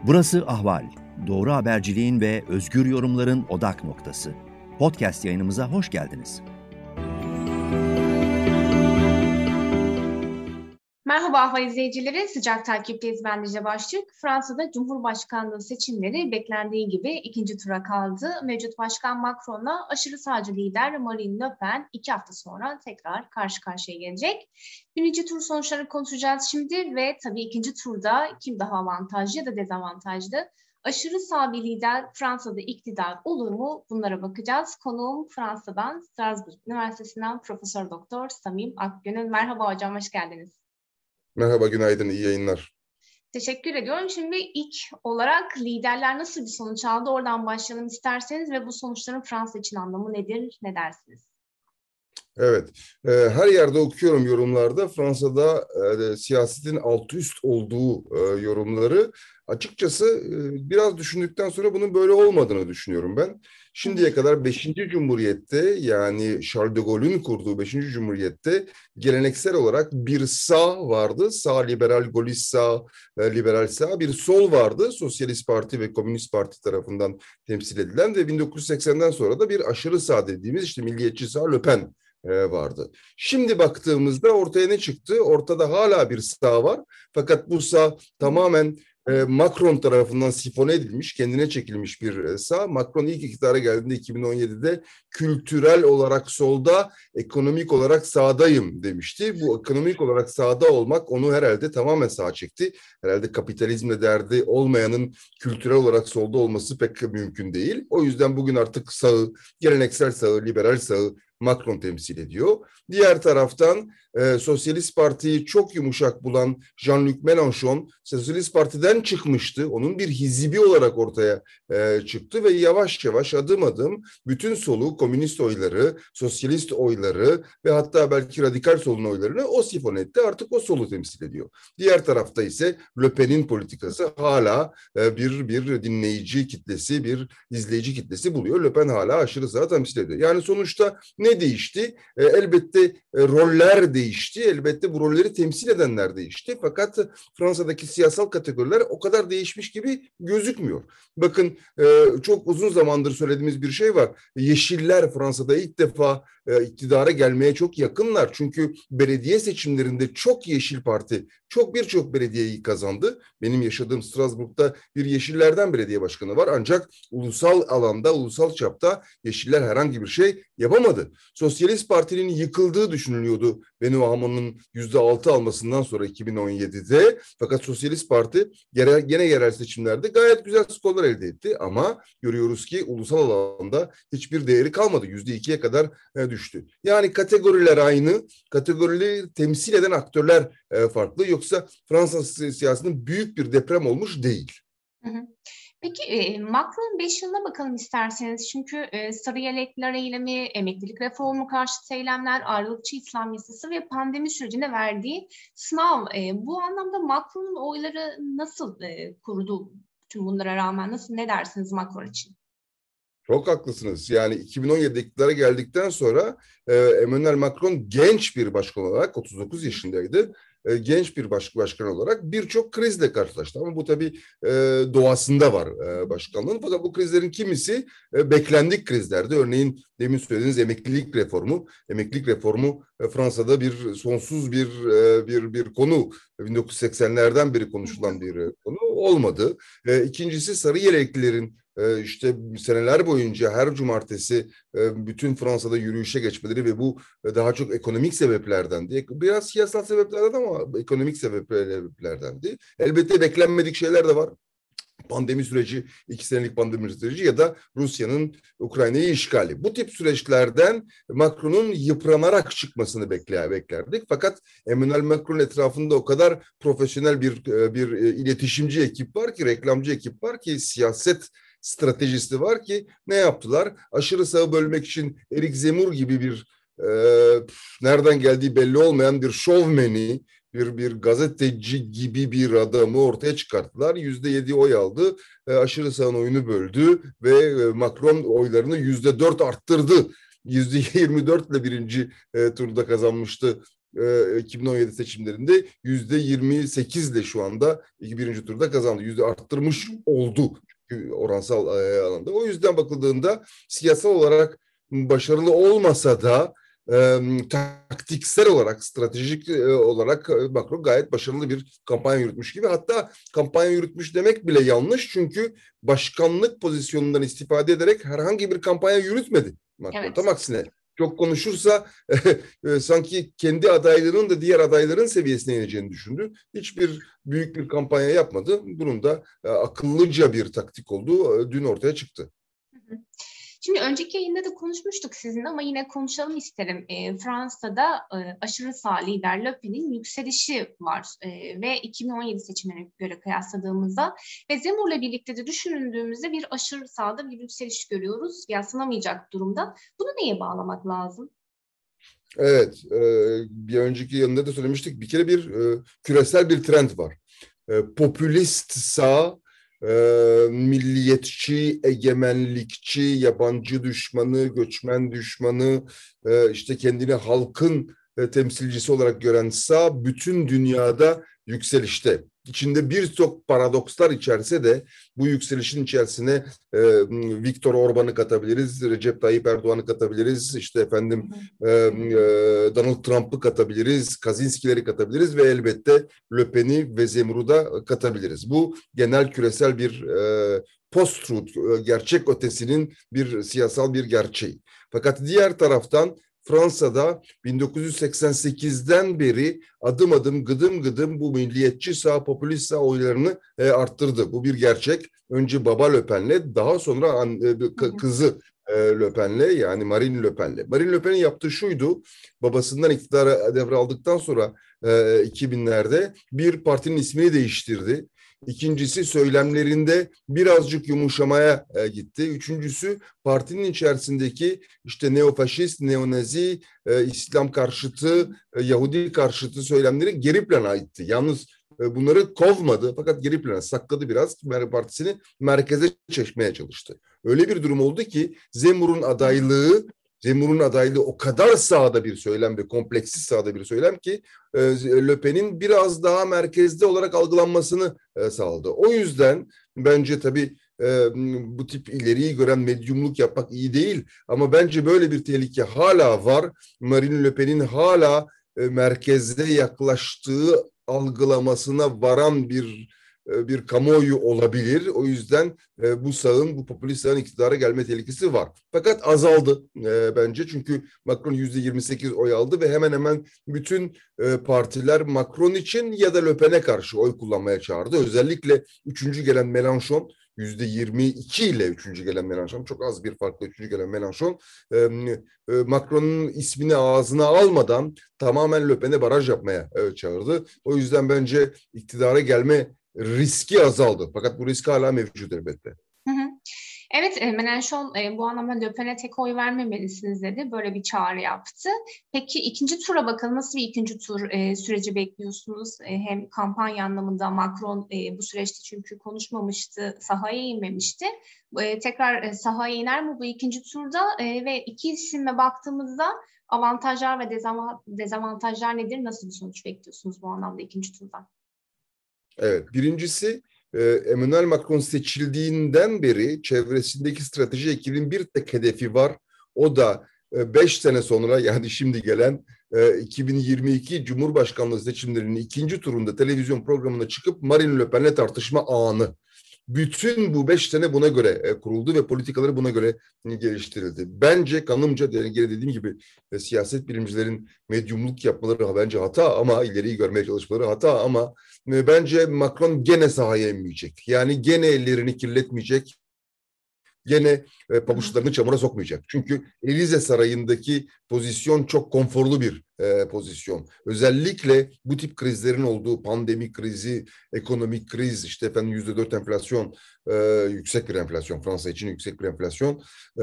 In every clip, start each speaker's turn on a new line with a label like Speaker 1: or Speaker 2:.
Speaker 1: Burası Ahval. Doğru haberciliğin ve özgür yorumların odak noktası. Podcast yayınımıza hoş geldiniz.
Speaker 2: Merhaba Ahval izleyicileri, sıcak takipteyiz. Ben Dicle Başçık. Fransa'da Cumhurbaşkanlığı seçimleri beklendiği gibi ikinci tura kaldı. Mevcut Başkan Macron'la aşırı sağcı lider Marine Le Pen 2 hafta sonra tekrar karşı karşıya gelecek. Birinci tur sonuçlarını konuşacağız şimdi ve tabii ikinci turda kim daha avantajlı ya da dezavantajlı? Aşırı sağ bir lider Fransa'da iktidar olur mu? Bunlara bakacağız. Konuğum Fransa'dan Strasbourg Üniversitesi'nden Profesör Doktor Samim Akgünül. Merhaba hocam, hoş geldiniz.
Speaker 3: Merhaba, günaydın, iyi yayınlar.
Speaker 2: Teşekkür ediyorum. Şimdi ilk olarak liderler nasıl bir sonuç aldı? Oradan başlayalım isterseniz ve bu sonuçların Fransa için anlamı nedir? Ne dersiniz?
Speaker 3: Evet, her yerde okuyorum yorumlarda Fransa'da siyasetin alt üst olduğu yorumları. Açıkçası biraz düşündükten sonra bunun böyle olmadığını düşünüyorum ben. Şimdiye kadar 5. Cumhuriyet'te, yani Charles de Gaulle'ün kurduğu 5. Cumhuriyet'te geleneksel olarak bir sağ vardı. Sağ liberal, Gaullist sağ, liberal sağ, bir sol vardı. Sosyalist Parti ve Komünist Parti tarafından temsil edilen ve 1980'den sonra da bir aşırı sağ dediğimiz işte milliyetçi sağ Le Pen vardı. Şimdi baktığımızda ortaya ne çıktı? Ortada hala bir sağ var. Fakat bu sağ tamamen Macron tarafından sifone edilmiş, kendine çekilmiş bir sağ. Macron ilk iktidara geldiğinde 2017'de kültürel olarak solda, ekonomik olarak sağdayım demişti. Bu ekonomik olarak sağda olmak onu herhalde tamamen sağa çekti. Herhalde kapitalizmle derdi olmayanın kültürel olarak solda olması pek mümkün değil. O yüzden bugün artık sağı, geleneksel sağı, liberal sağı Macron temsil ediyor. Diğer taraftan Sosyalist Parti'yi çok yumuşak bulan Jean-Luc Mélenchon Sosyalist Parti'den çıkmıştı. Onun bir hizbi olarak ortaya çıktı ve yavaş yavaş adım adım bütün solu, komünist oyları, sosyalist oyları ve hatta belki radikal solun oylarını o sifon etti. Artık o solu temsil ediyor. Diğer tarafta ise Le Pen'in politikası hala bir dinleyici kitlesi, bir izleyici kitlesi buluyor. Le Pen hala aşırı sağı temsil ediyor. Yani sonuçta ne değişti? Elbette roller değişti. Elbette bu rolleri temsil edenler değişti. Fakat Fransa'daki siyasal kategoriler o kadar değişmiş gibi gözükmüyor. Bakın çok uzun zamandır söylediğimiz bir şey var. Yeşiller Fransa'da ilk defa iktidara gelmeye çok yakınlar. Çünkü belediye seçimlerinde çok Yeşil Parti birçok belediyeyi kazandı. Benim yaşadığım Strasbourg'da bir Yeşillerden belediye başkanı var. Ancak ulusal alanda, ulusal çapta Yeşiller herhangi bir şey yapamadı. Sosyalist Parti'nin yıkıldığı düşünülüyordu Benoît Hamon'un %6 almasından sonra 2017'de. Fakat Sosyalist Parti gene yerel seçimlerde gayet güzel skorlar elde etti. Ama görüyoruz ki ulusal alanda hiçbir değeri kalmadı. %2'ye kadar düştü. Yani kategoriler aynı. Kategorileri temsil eden aktörler farklı. Yoksa Fransız siyasetinin büyük bir deprem olmuş değil.
Speaker 2: Hı hı. Peki Macron 5 yılına bakalım isterseniz. Çünkü sarı yelekler eylemi, emeklilik reformu karşıtı eylemler, ayrılıkçı İslam yasası ve pandemi sürecinde verdiği sınav. Bu anlamda Macron'un oyları nasıl kurudu tüm bunlara rağmen? Ne dersiniz Macron için?
Speaker 3: Çok haklısınız. Yani 2017'de iktidara geldikten sonra Emmanuel Macron genç bir başkan olarak 39 yaşındaydı. Genç bir başkan olarak birçok krizle karşılaştı. Ama bu tabii doğasında var başkanlığın. Fakat bu krizlerin kimisi beklendik krizlerdi. Örneğin demin söylediğiniz emeklilik reformu. Emeklilik reformu Fransa'da bir sonsuz bir konu. 1980'lerden beri konuşulan bir konu olmadı. İkincisi sarı yeleklilerin işte seneler boyunca her cumartesi bütün Fransa'da yürüyüşe geçmeleri ve bu daha çok ekonomik sebeplerdendi. Biraz siyasal sebeplerden ama ekonomik sebeplerdendi. Elbette beklenmedik şeyler de var. Pandemi süreci, 2 senelik pandemi süreci ya da Rusya'nın Ukrayna'yı işgali. Bu tip süreçlerden Macron'un yıpranarak çıkmasını beklerdik. Fakat Emmanuel Macron etrafında o kadar profesyonel bir iletişimci ekip var ki, reklamcı ekip var ki, siyaset stratejisi var ki ne yaptılar? Aşırı sağı bölmek için Eric Zemmour gibi bir nereden geldiği belli olmayan bir şovmeni, bir gazeteci gibi bir adamı ortaya çıkarttılar. %7 oy aldı. Aşırı sağın oyunu böldü ve Macron oylarını %4 arttırdı. %24 ile birinci turda kazanmıştı 2017 seçimlerinde %28 ile şu anda birinci turda kazandı. Yüzde arttırmış oldu oransal alanda. O yüzden bakıldığında siyasal olarak başarılı olmasa da taktiksel olarak, stratejik olarak Macron gayet başarılı bir kampanya yürütmüş gibi. Hatta kampanya yürütmüş demek bile yanlış. Çünkü başkanlık pozisyonundan istifade ederek herhangi bir kampanya yürütmedi Macron.
Speaker 2: Evet.
Speaker 3: Tam aksine çok konuşursa sanki kendi adaylığının da diğer adayların seviyesine ineceğini düşündü. Hiçbir büyük bir kampanya yapmadı. Bunun da akıllıca bir taktik olduğu dün ortaya çıktı.
Speaker 2: Şimdi önceki yayında da konuşmuştuk sizinle ama yine konuşalım isterim. Fransa'da aşırı sağ lider Le Pen'in yükselişi var ve 2017 seçimlerine göre kıyasladığımızda ve Zemmour'la birlikte de düşündüğümüzde bir aşırı sağda bir yükseliş görüyoruz. Yadsınamayacak durumda. Bunu neye bağlamak lazım?
Speaker 3: Evet, bir önceki yayında da söylemiştik. Bir kere küresel bir trend var. Popülist sağ, milliyetçi, egemenlikçi, yabancı düşmanı, göçmen düşmanı, işte kendini halkın temsilcisi olarak gören sağ bütün dünyada yükselişte. İçinde birçok paradokslar içerse de bu yükselişin içerisine Viktor Orban'ı katabiliriz, Recep Tayyip Erdoğan'ı katabiliriz, işte Donald Trump'ı katabiliriz, Kaczynski'leri katabiliriz ve elbette Le Pen'i ve Zemmour'u da katabiliriz. Bu genel küresel bir post-truth, gerçek ötesinin bir siyasal bir gerçeği. Fakat diğer taraftan Fransa'da 1988'den beri adım adım, gıdım gıdım bu milliyetçi sağ, popülist sağ oylarını arttırdı. Bu bir gerçek. Önce baba Le Pen'le, daha sonra kızı Le Pen'le, yani Marine Le Pen'le. Marine Le Pen'in yaptığı şuydu: babasından iktidarı devraldıktan sonra 2000'lerde bir partinin ismini değiştirdi. İkincisi, söylemlerinde birazcık yumuşamaya gitti. Üçüncüsü, partinin içerisindeki işte neofaşist, neonazi, İslam karşıtı, Yahudi karşıtı söylemleri geri plana itti. Yalnız bunları kovmadı fakat geri plana sakladı biraz. Partisini merkeze çekmeye çalıştı. Öyle bir durum oldu ki Zemmour'un adaylığı o kadar sağda bir söylem ve kompleksiz sağda bir söylem ki Le Pen'in biraz daha merkezde olarak algılanmasını sağladı. O yüzden bence tabii bu tip ileriyi gören medyumluk yapmak iyi değil ama bence böyle bir tehlike hala var. Marine Le Pen'in hala merkezde yaklaştığı algılamasına varan bir kamuoyu olabilir. O yüzden bu popülist sağın iktidara gelme tehlikesi var. Fakat azaldı bence. Çünkü Macron %28 oy aldı ve hemen hemen bütün partiler Macron için ya da Le Pen'e karşı oy kullanmaya çağırdı. Özellikle üçüncü gelen Mélenchon, %22 ile üçüncü gelen Mélenchon, çok az bir farkla üçüncü gelen Mélenchon, Macron'un ismini ağzına almadan tamamen Le Pen'e baraj yapmaya çağırdı. O yüzden bence iktidara gelme riski azaldı. Fakat bu risk hala mevcut elbette.
Speaker 2: Evet, Mélenchon bu anlamda Le Pen'e tek oy vermemelisiniz dedi. Böyle bir çağrı yaptı. Peki ikinci tura bakalım. Nasıl bir ikinci tur süreci bekliyorsunuz? Hem kampanya anlamında Macron bu süreçte çünkü konuşmamıştı, sahaya inmemişti. Tekrar sahaya iner mi bu ikinci turda? Ve iki isime baktığımızda avantajlar ve dezavantajlar nedir? Nasıl bir sonuç bekliyorsunuz bu anlamda ikinci turda?
Speaker 3: Evet, birincisi Emmanuel Macron seçildiğinden beri çevresindeki strateji ekibinin bir tek hedefi var. O da 5 sene sonra, yani şimdi gelen 2022 Cumhurbaşkanlığı seçimlerinin ikinci turunda televizyon programına çıkıp Marine Le Pen'le tartışma anı. Bütün bu 5 sene buna göre kuruldu ve politikaları buna göre geliştirildi. Bence kanımca, geri dediğim gibi siyaset bilimcilerin medyumluk yapmaları bence hata, ama ileriyi görmeye çalışmaları hata, ama bence Macron gene sahaya inmeyecek. Yani gene ellerini kirletmeyecek. Gene pabuçlarını çamura sokmayacak. Çünkü Elize Sarayı'ndaki pozisyon çok konforlu bir pozisyon. Özellikle bu tip krizlerin olduğu, pandemi krizi, ekonomik kriz, işte efendim %4 enflasyon, yüksek bir enflasyon, Fransa için yüksek bir enflasyon,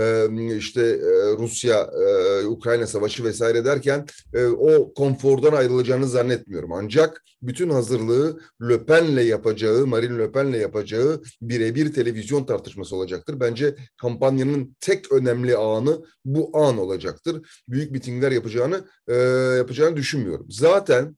Speaker 3: işte Rusya, Ukrayna savaşı vesaire derken o konfordan ayrılacağını zannetmiyorum. Ancak bütün hazırlığı Le Pen'le yapacağı, Marine Le Pen'le yapacağı birebir televizyon tartışması olacaktır. Bence kampanyanın tek önemli anı bu an olacaktır. Büyük mitingler yapacağını yapacağını düşünmüyorum. Zaten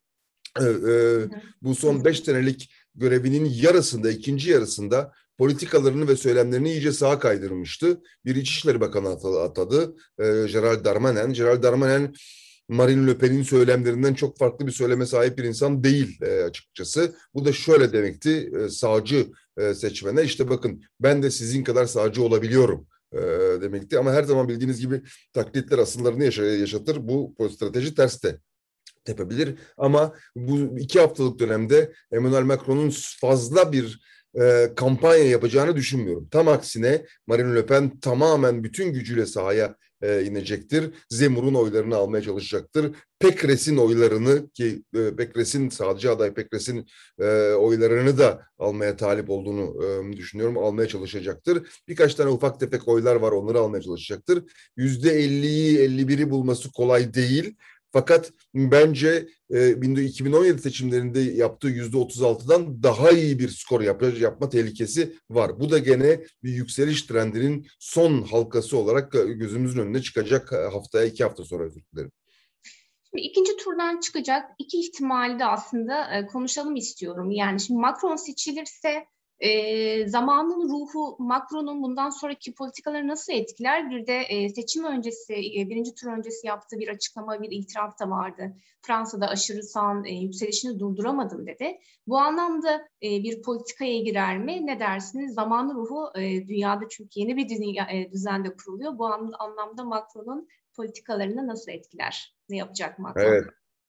Speaker 3: bu son 5 senelik görevinin yarısında, ikinci yarısında politikalarını ve söylemlerini iyice sağa kaydırmıştı. Bir İçişleri Bakanı atadı, Gerald Darmanin. Gerald Darmanin, Marine Le Pen'in söylemlerinden çok farklı bir söyleme sahip bir insan değil açıkçası. Bu da şöyle demekti, sağcı seçmene, işte bakın ben de sizin kadar sağcı olabiliyorum demekti. Ama her zaman bildiğiniz gibi taklitler asıllarını yaşatır. Bu strateji ters de tepebilir. Ama bu 2 haftalık dönemde Emmanuel Macron'un fazla bir kampanya yapacağını düşünmüyorum. Tam aksine Marine Le Pen tamamen bütün gücüyle sahaya inecektir. Zemmour'un oylarını almaya çalışacaktır. Pécresse'in oylarını, ki Pécresse'in, sağcı aday Pécresse'in oylarını da almaya talip olduğunu düşünüyorum. Almaya çalışacaktır. Birkaç tane ufak tefek oylar var, onları almaya çalışacaktır. %50'yi, 51'i bulması kolay değil. Fakat bence 2017 seçimlerinde yaptığı %36'dan daha iyi bir skor yapma tehlikesi var. Bu da gene bir yükseliş trendinin son halkası olarak gözümüzün önüne çıkacak haftaya, 2 hafta sonra, özür dilerim.
Speaker 2: Şimdi ikinci turdan çıkacak iki ihtimali de aslında konuşalım istiyorum. Yani şimdi Macron seçilirse zamanın ruhu Macron'un bundan sonraki politikaları nasıl etkiler? Bir de seçim öncesi, birinci tur öncesi yaptığı bir açıklama, bir itiraf da vardı. Fransa'da aşırı sağın yükselişini durduramadım dedi. Bu anlamda bir politikaya girer mi? Ne dersiniz? Zamanın ruhu dünyada çünkü yeni bir düzende kuruluyor. Bu anlamda Macron'un politikalarını nasıl etkiler? Ne yapacak Macron?
Speaker 3: Evet.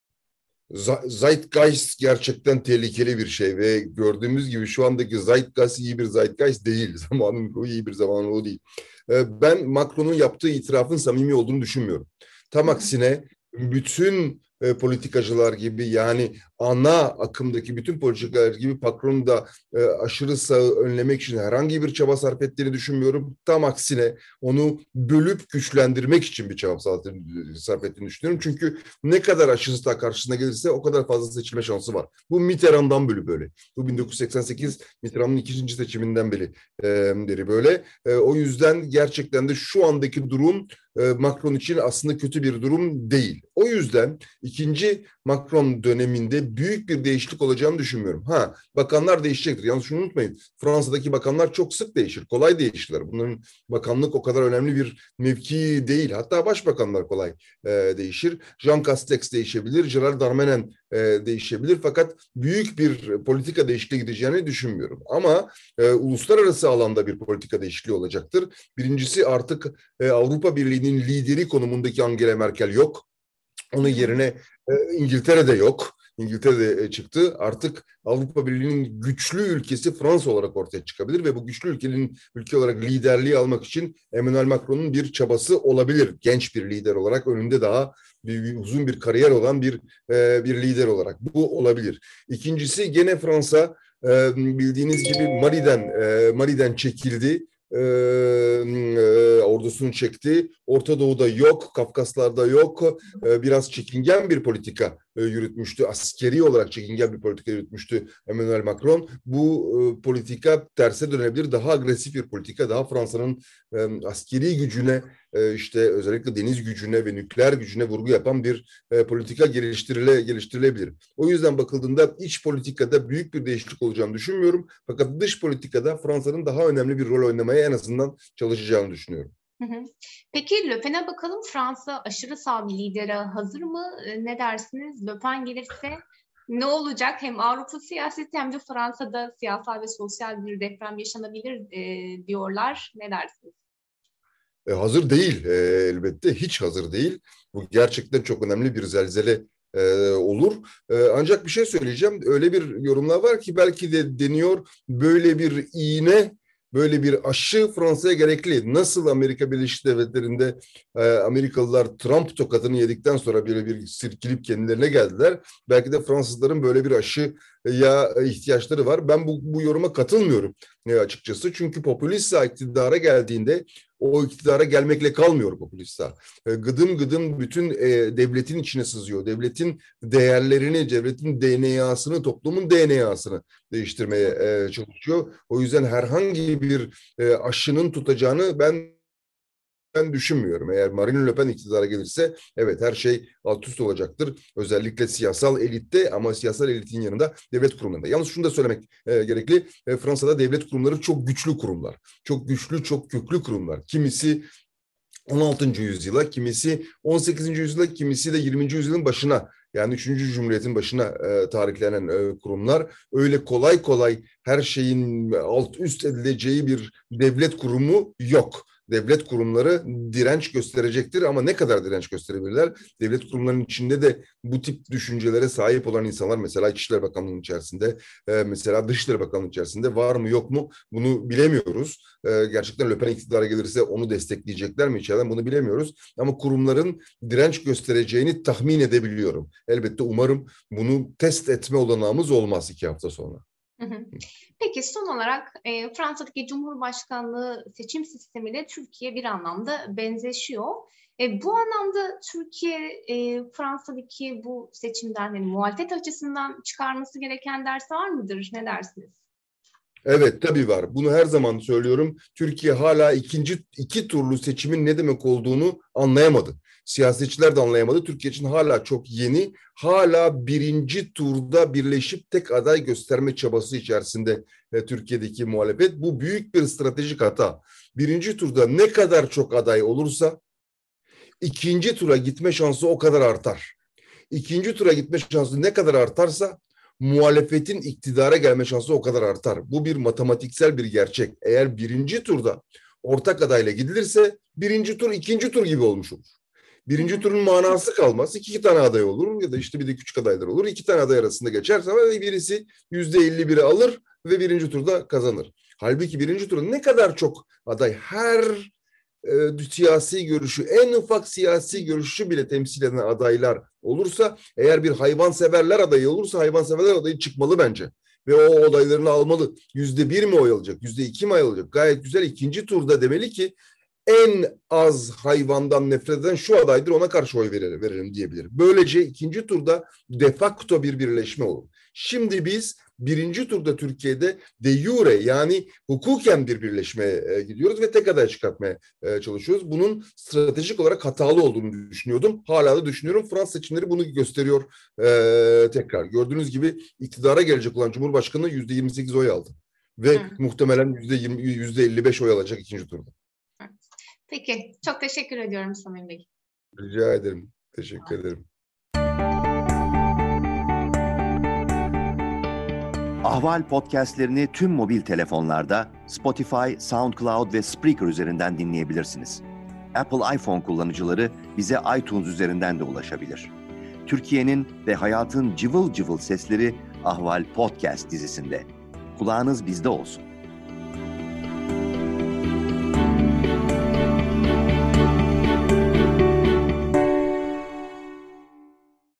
Speaker 3: Zeitgeist gerçekten tehlikeli bir şey ve gördüğümüz gibi şu andaki Zeitgeist iyi bir Zeitgeist değil. Zamanın ruhu iyi bir zamanın ruhu değil. Ben Macron'un yaptığı itirafın samimi olduğunu düşünmüyorum. Tam aksine bütün politikacılar gibi, yani ana akımdaki bütün politikacılar gibi Macron'un da aşırı sağı önlemek için herhangi bir çaba sarf ettiğini düşünmüyorum. Tam aksine onu bölüp güçlendirmek için bir çaba sarf ettiğini düşünüyorum. Çünkü ne kadar aşırı sağ karşısına gelirse o kadar fazla seçilme şansı var. Bu Mitterrand'dan beri böyle. Bu 1988 Mitterrand'ın ikinci seçiminden beri böyle. O yüzden gerçekten de şu andaki durum Macron için aslında kötü bir durum değil. O yüzden ikinci Macron döneminde büyük bir değişiklik olacağını düşünmüyorum. Bakanlar değişecektir. Yalnız şunu unutmayın. Fransa'daki bakanlar çok sık değişir. Kolay değişirler. Bunların bakanlık o kadar önemli bir mevki değil. Hatta başbakanlar kolay değişir. Jean Castex değişebilir. Gerald Darmanin değişebilir. Fakat büyük bir politika değişikliği gideceğini düşünmüyorum. Ama uluslararası alanda bir politika değişikliği olacaktır. Birincisi, artık Avrupa Birliği'nin lideri konumundaki Angela Merkel yok. Onun yerine İngiltere'de yok. İngiltere'de çıktı. Artık Avrupa Birliği'nin güçlü ülkesi Fransa olarak ortaya çıkabilir ve bu güçlü ülke olarak liderliği almak için Emmanuel Macron'un bir çabası olabilir. Genç bir lider olarak, önünde daha uzun bir kariyer olan bir lider olarak. Bu olabilir. İkincisi, gene Fransa bildiğiniz gibi Mali'den çekildi. Ordusunu çekti. Orta Doğu'da yok, Kafkaslar'da yok. Biraz çekingen bir politika yürütmüştü. Askeri olarak çekingen bir politika yürütmüştü Emmanuel Macron. Bu politika terse dönebilir. Daha agresif bir politika, daha Fransa'nın askeri gücüne, işte özellikle deniz gücüne ve nükleer gücüne vurgu yapan bir politika geliştirilebilir. O yüzden bakıldığında iç politikada büyük bir değişiklik olacağını düşünmüyorum. Fakat dış politikada Fransa'nın daha önemli bir rol oynamaya en azından çalışacağını düşünüyorum.
Speaker 2: Peki Le Pen'e bakalım. Fransa aşırı sağ bir lidere hazır mı? Ne dersiniz? Le Pen gelirse ne olacak? Hem Avrupa siyaseti hem de Fransa'da siyasal ve sosyal bir deprem yaşanabilir diyorlar. Ne dersiniz?
Speaker 3: Hazır değil elbette. Hiç hazır değil. Bu gerçekten çok önemli bir zelzele olur. Ancak bir şey söyleyeceğim. Öyle bir yorumlar var ki belki de deniyor, böyle bir iğne, böyle bir aşı Fransa'ya gerekli. Nasıl Amerika Birleşik Devletleri'nde Amerikalılar Trump tokatını yedikten sonra böyle bir sirkilip kendilerine geldiler. Belki de Fransızların böyle bir aşıya ihtiyaçları var. Ben bu yoruma katılmıyorum açıkçası. Çünkü popülist iktidara geldiğinde o iktidara gelmekle kalmıyor popülist sağ. Gıdım gıdım bütün devletin içine sızıyor. Devletin değerlerini, devletin DNA'sını, toplumun DNA'sını değiştirmeye çalışıyor. O yüzden herhangi bir aşının tutacağını ben ben düşünmüyorum. Eğer Marine Le Pen iktidara gelirse evet her şey alt üst olacaktır. Özellikle siyasal elitte ama siyasal elitin yanında devlet kurumlarında. Yalnız şunu da söylemek gerekli. Fransa'da devlet kurumları çok güçlü kurumlar. Çok güçlü, çok köklü kurumlar. Kimisi 16. yüzyıla, kimisi 18. yüzyıla, kimisi de 20. yüzyılın başına, yani 3. Cumhuriyet'in başına tarihlenen kurumlar. Öyle kolay kolay her şeyin alt üst edileceği bir devlet kurumu yok. Devlet kurumları direnç gösterecektir ama ne kadar direnç gösterebilirler? Devlet kurumlarının içinde de bu tip düşüncelere sahip olan insanlar, mesela İçişleri Bakanlığı'nın içerisinde, mesela Dışişleri Bakanlığı'nın içerisinde var mı yok mu bunu bilemiyoruz. Gerçekten Le Pen iktidara gelirse onu destekleyecekler mi içeriden bunu bilemiyoruz. Ama kurumların direnç göstereceğini tahmin edebiliyorum. Elbette umarım bunu test etme olanağımız olmaz 2 hafta sonra.
Speaker 2: Peki son olarak Fransa'daki Cumhurbaşkanlığı seçim sistemiyle Türkiye bir anlamda benzeşiyor. Bu anlamda Türkiye Fransa'daki bu seçimden yani muhalefet açısından çıkarması gereken ders var mıdır? Ne dersiniz?
Speaker 3: Evet, tabii var. Bunu her zaman söylüyorum. Türkiye hala iki turlu seçimin ne demek olduğunu anlayamadı. Siyasetçiler de anlayamadı. Türkiye için hala çok yeni. Hala birinci turda birleşip tek aday gösterme çabası içerisinde Türkiye'deki muhalefet. Bu büyük bir stratejik hata. Birinci turda ne kadar çok aday olursa ikinci tura gitme şansı o kadar artar. İkinci tura gitme şansı ne kadar artarsa muhalefetin iktidara gelme şansı o kadar artar. Bu bir matematiksel bir gerçek. Eğer birinci turda ortak adayla gidilirse birinci tur ikinci tur gibi olmuş olur. Birinci turun manası kalmaz. 2 tane aday olur ya da işte bir de küçük adaylar olur. 2 tane aday arasında geçerse birisi %51'i alır ve birinci turda kazanır. Halbuki birinci turda ne kadar çok aday, her siyasi görüşü, en ufak siyasi görüşü bile temsil eden adaylar olursa, eğer bir hayvanseverler adayı olursa hayvanseverler adayı çıkmalı bence. Ve o adaylarını almalı. %1 mi oy alacak, %2 mi oy alacak? Gayet güzel ikinci turda demeli ki en az hayvandan nefret eden şu adaydır, ona karşı oy verelim diyebilir. Böylece ikinci turda de facto bir birleşme olur. Şimdi biz birinci turda Türkiye'de de jure yani hukuken bir birleşmeye gidiyoruz ve tek aday çıkartmaya çalışıyoruz. Bunun stratejik olarak hatalı olduğunu düşünüyordum. Hala da düşünüyorum. Fransız seçimleri bunu gösteriyor tekrar. Gördüğünüz gibi iktidara gelecek olan Cumhurbaşkanı %28 oy aldı. Ve muhtemelen %55 oy alacak ikinci turda.
Speaker 2: Peki. Çok teşekkür ediyorum Samim Bey.
Speaker 3: Rica ederim. Teşekkür ederim.
Speaker 1: Ahval podcastlerini tüm mobil telefonlarda Spotify, SoundCloud ve Spreaker üzerinden dinleyebilirsiniz. Apple iPhone kullanıcıları bize iTunes üzerinden de ulaşabilir. Türkiye'nin ve hayatın cıvıl cıvıl sesleri Ahval Podcast dizisinde. Kulağınız bizde olsun.